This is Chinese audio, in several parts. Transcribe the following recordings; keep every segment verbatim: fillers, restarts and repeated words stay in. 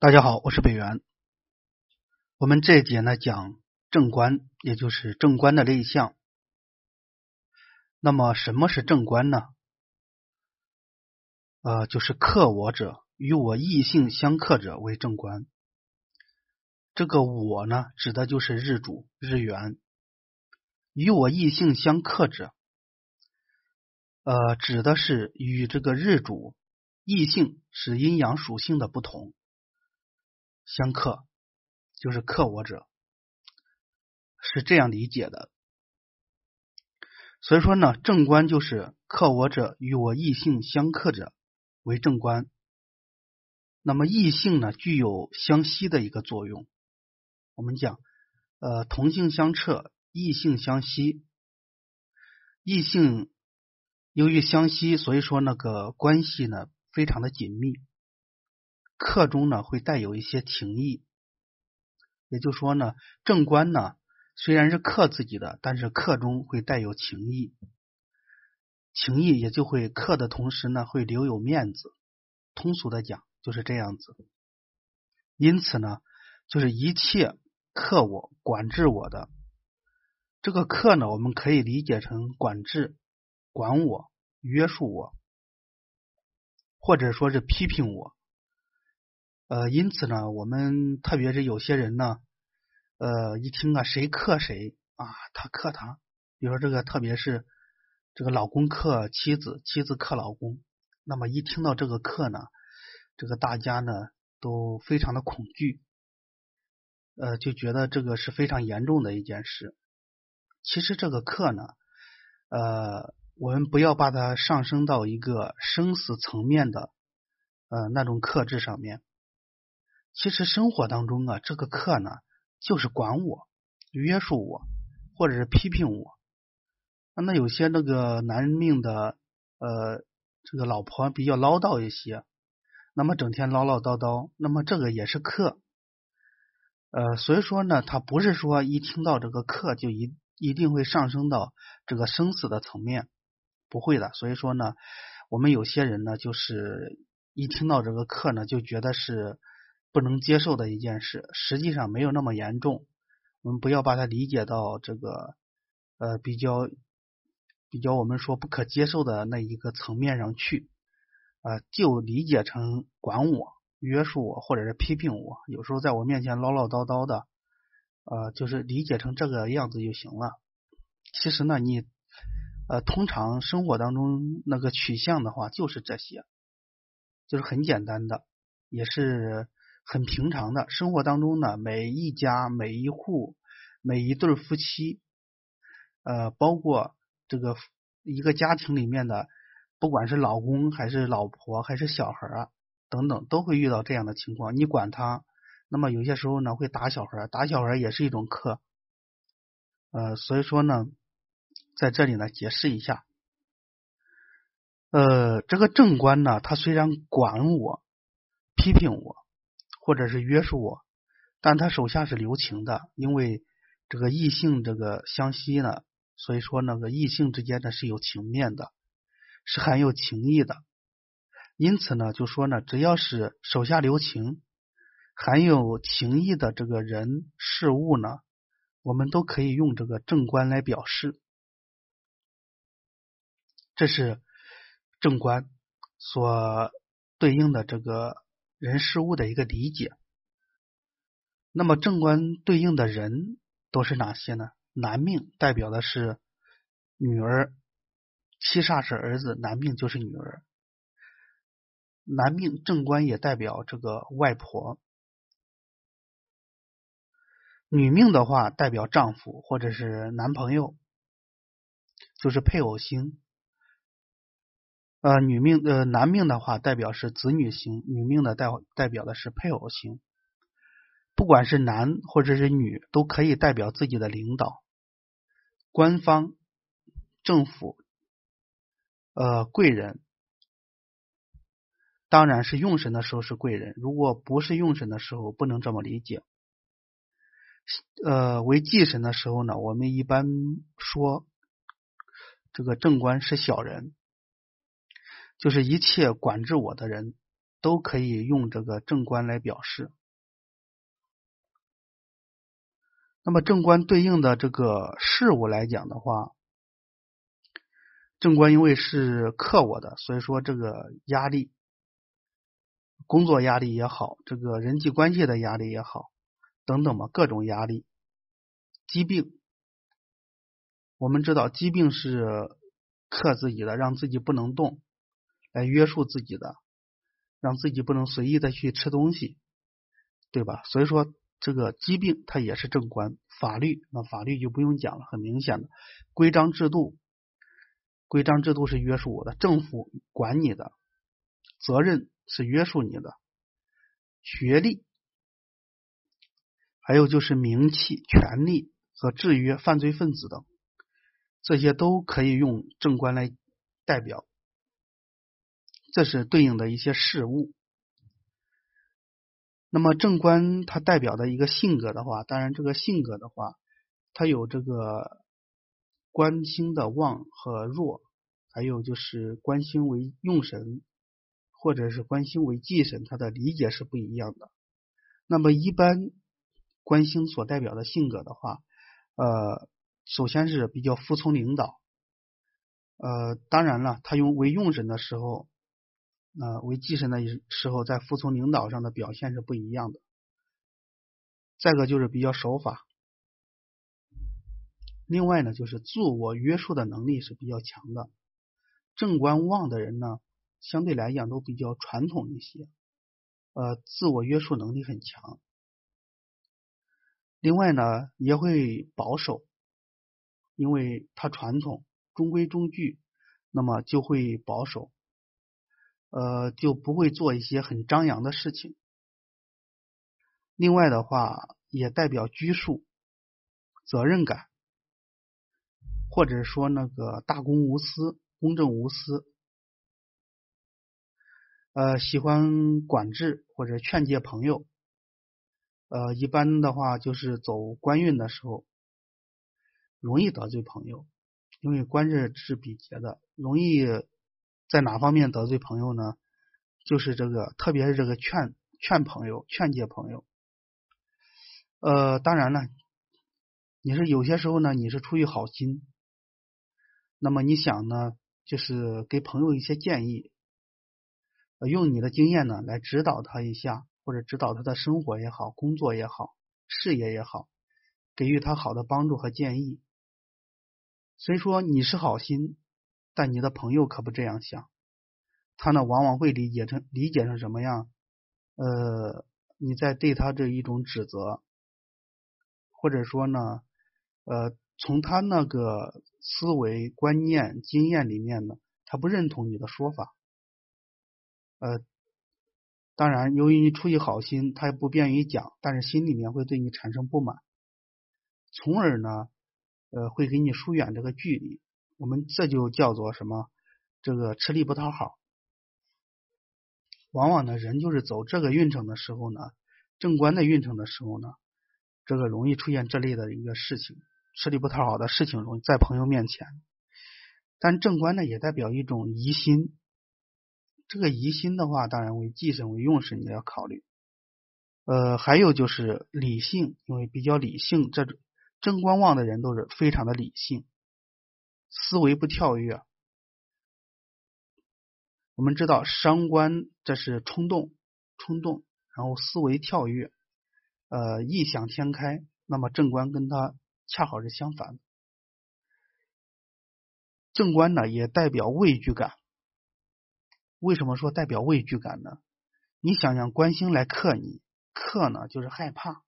大家好，我是北元。我们这一节呢讲正观，也就是正观的类象。那么什么是正观呢？呃，就是克我者，与我异性相克者为正观。这个我呢，指的就是日主、日元；与我异性相克者，呃，指的是与这个日主、异性是阴阳属性的不同相克，就是克我者，是这样理解的。所以说呢，正观就是克我者与我异性相克者为正观。那么异性呢，具有相吸的一个作用。我们讲，呃，同性相斥，异性相吸。异性由于相吸，所以说那个关系呢非常的紧密。克中呢会带有一些情谊，也就是说呢，正观呢虽然是克自己的，但是克中会带有情谊。情谊也就会克的同时呢，会留有面子。通俗的讲就是这样子。因此呢，就是一切克我、管制我的，这个克呢，我们可以理解成管制、管我、约束我，或者说是批评我。呃，因此呢，我们特别是有些人呢，呃，一听啊，谁克谁啊，他克他，比如说这个，特别是这个老公克妻子，妻子克老公，那么一听到这个克呢，这个大家呢都非常的恐惧，呃，就觉得这个是非常严重的一件事。其实这个克呢，呃，我们不要把它上升到一个生死层面的呃那种克制上面。其实生活当中啊，这个克呢，就是管我、约束我，或者是批评我。那有些那个男命的呃这个老婆比较唠叨一些，那么整天唠唠叨叨，那么这个也是克。呃，所以说呢，他不是说一听到这个克就一一定会上升到这个生死的层面，不会的。所以说呢，我们有些人呢，就是一听到这个克呢，就觉得是不能接受的一件事，实际上没有那么严重。我们不要把它理解到这个呃比较比较我们说不可接受的那一个层面上去，呃，就理解成管我、约束我，或者是批评我，有时候在我面前唠唠叨叨的，呃，就是理解成这个样子就行了。其实呢，你呃通常生活当中那个取向的话，就是这些，就是很简单的，也是很平常的。生活当中呢，每一家、每一户、每一对夫妻，呃，包括这个一个家庭里面的，不管是老公还是老婆还是小孩啊等等，都会遇到这样的情况。你管他，那么有些时候呢会打小孩，打小孩也是一种克。呃，所以说呢，在这里呢解释一下，呃，这个正观呢，他虽然管我、批评我，或者是约束我，但他手下是留情的，因为这个异性这个相吸呢，所以说那个异性之间呢是有情面的，是含有情义的。因此呢，就说呢，只要是手下留情、含有情义的这个人事物呢，我们都可以用这个正观来表示。这是正观所对应的这个人事物的一个理解。那么正观对应的人都是哪些呢？男命代表的是女儿，七煞是儿子，男命就是女儿。男命正官也代表这个外婆，女命的话代表丈夫或者是男朋友，就是配偶星。呃，女命呃男命的话代表是子女星，女命的代代表的是配偶星。不管是男或者是女，都可以代表自己的领导、官方、政府、呃贵人。当然是用神的时候是贵人，如果不是用神的时候，不能这么理解。呃，为忌神的时候呢，我们一般说这个正官是小人，就是一切管制我的人， 都可以用这个正官来表示。那么正官对应的这个事物来讲的话，正官因为是克我的，所以说这个压力，工作压力也好，这个人际关系的压力也好，等等嘛，各种压力。疾病，我们知道疾病是克自己的，让自己不能动，来约束自己的，让自己不能随意的去吃东西，对吧？所以说这个疾病它也是正官。法律，那法律就不用讲了，很明显的规章制度，规章制度是约束我的，政府管你的，责任是约束你的，学历，还有就是名气、权力和制约犯罪分子等，这些都可以用正官来代表，这是对应的一些事物。那么正官它代表的一个性格的话，当然这个性格的话，它有这个官星的旺和弱，还有就是官星为用神或者是官星为忌神，它的理解是不一样的。那么一般官星所代表的性格的话，呃，首先是比较服从领导，呃，当然了，他用为用神的时候，呃，为忌神的时候，在服从领导上的表现是不一样的。再一个就是比较守法，另外呢，就是自我约束的能力是比较强的。正官旺的人呢，相对来讲都比较传统一些，呃，自我约束能力很强。另外呢，也会保守，因为他传统，中规中矩，那么就会保守。呃，就不会做一些很张扬的事情。另外的话，也代表拘束、责任感，或者说那个大公无私、公正无私。呃，喜欢管制或者劝诫朋友。呃，一般的话就是走官运的时候，容易得罪朋友，因为官日是比劫的，容易在哪方面得罪朋友呢？就是这个，特别是这个劝劝朋友、劝诫朋友。呃，当然了，你是有些时候呢，你是出于好心，那么你想呢，就是给朋友一些建议，呃、用你的经验呢来指导他一下，或者指导他的生活也好、工作也好、事业也好，给予他好的帮助和建议。所以说你是好心，但你的朋友可不这样想，他呢往往会理解成理解成什么样？呃，你在对他这一种指责，或者说呢，呃，从他那个思维、观念、经验里面呢，他不认同你的说法。呃，当然，由于你出于好心，他也不便于讲，但是心里面会对你产生不满，从而呢，呃，会给你疏远这个距离。我们这就叫做什么？这个吃力不讨好。往往呢，人就是走这个运程的时候呢，正官的运程的时候呢，这个容易出现这类的一个事情，吃力不讨好的事情容易在朋友面前。但正官呢，也代表一种疑心。这个疑心的话，当然为忌神为用神，你要考虑。呃，还有就是理性，因为比较理性，这种正官旺的人都是非常的理性，思维不跳跃。我们知道伤官这是冲动，冲动，然后思维跳跃，呃，异想天开。那么正官跟他恰好是相反的。正官呢也代表畏惧感。为什么说代表畏惧感呢？你想想官星来克你，克呢就是害怕，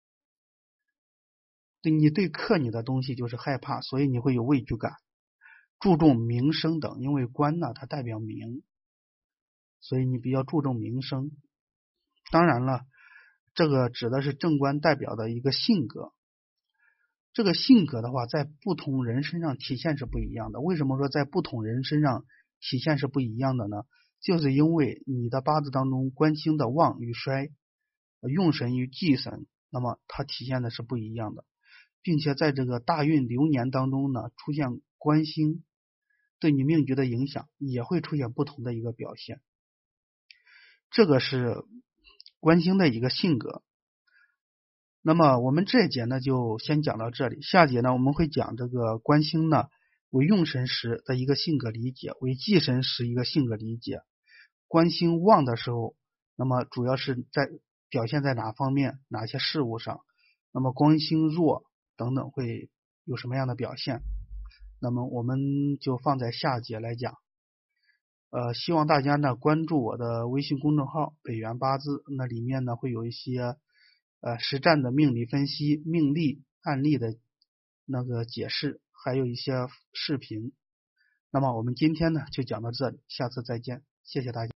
对你对克你的东西就是害怕，所以你会有畏惧感，注重名声等，因为官呢它代表名，所以你比较注重名声。当然了，这个指的是正官代表的一个性格，这个性格的话在不同人身上体现是不一样的。为什么说在不同人身上体现是不一样的呢？就是因为你的八字当中官星的旺与衰，用神与忌神，那么它体现的是不一样的，并且在这个大运流年当中呢，出现官星对你命局的影响也会出现不同的一个表现。 这个是官星的一个性格。那么我们这一节呢就先讲到这里，下节呢我们会讲这个官星呢为用神时的一个性格理解，为忌神时一个性格理解。官星旺的时候，那么主要是在表现在哪方面，哪些事物上，那么官星弱等等会有什么样的表现，那么我们就放在下节来讲。呃，希望大家呢关注我的微信公众号北元八字，那里面呢会有一些呃实战的命理分析、命例案例的那个解释，还有一些视频。那么我们今天呢就讲到这里，下次再见，谢谢大家。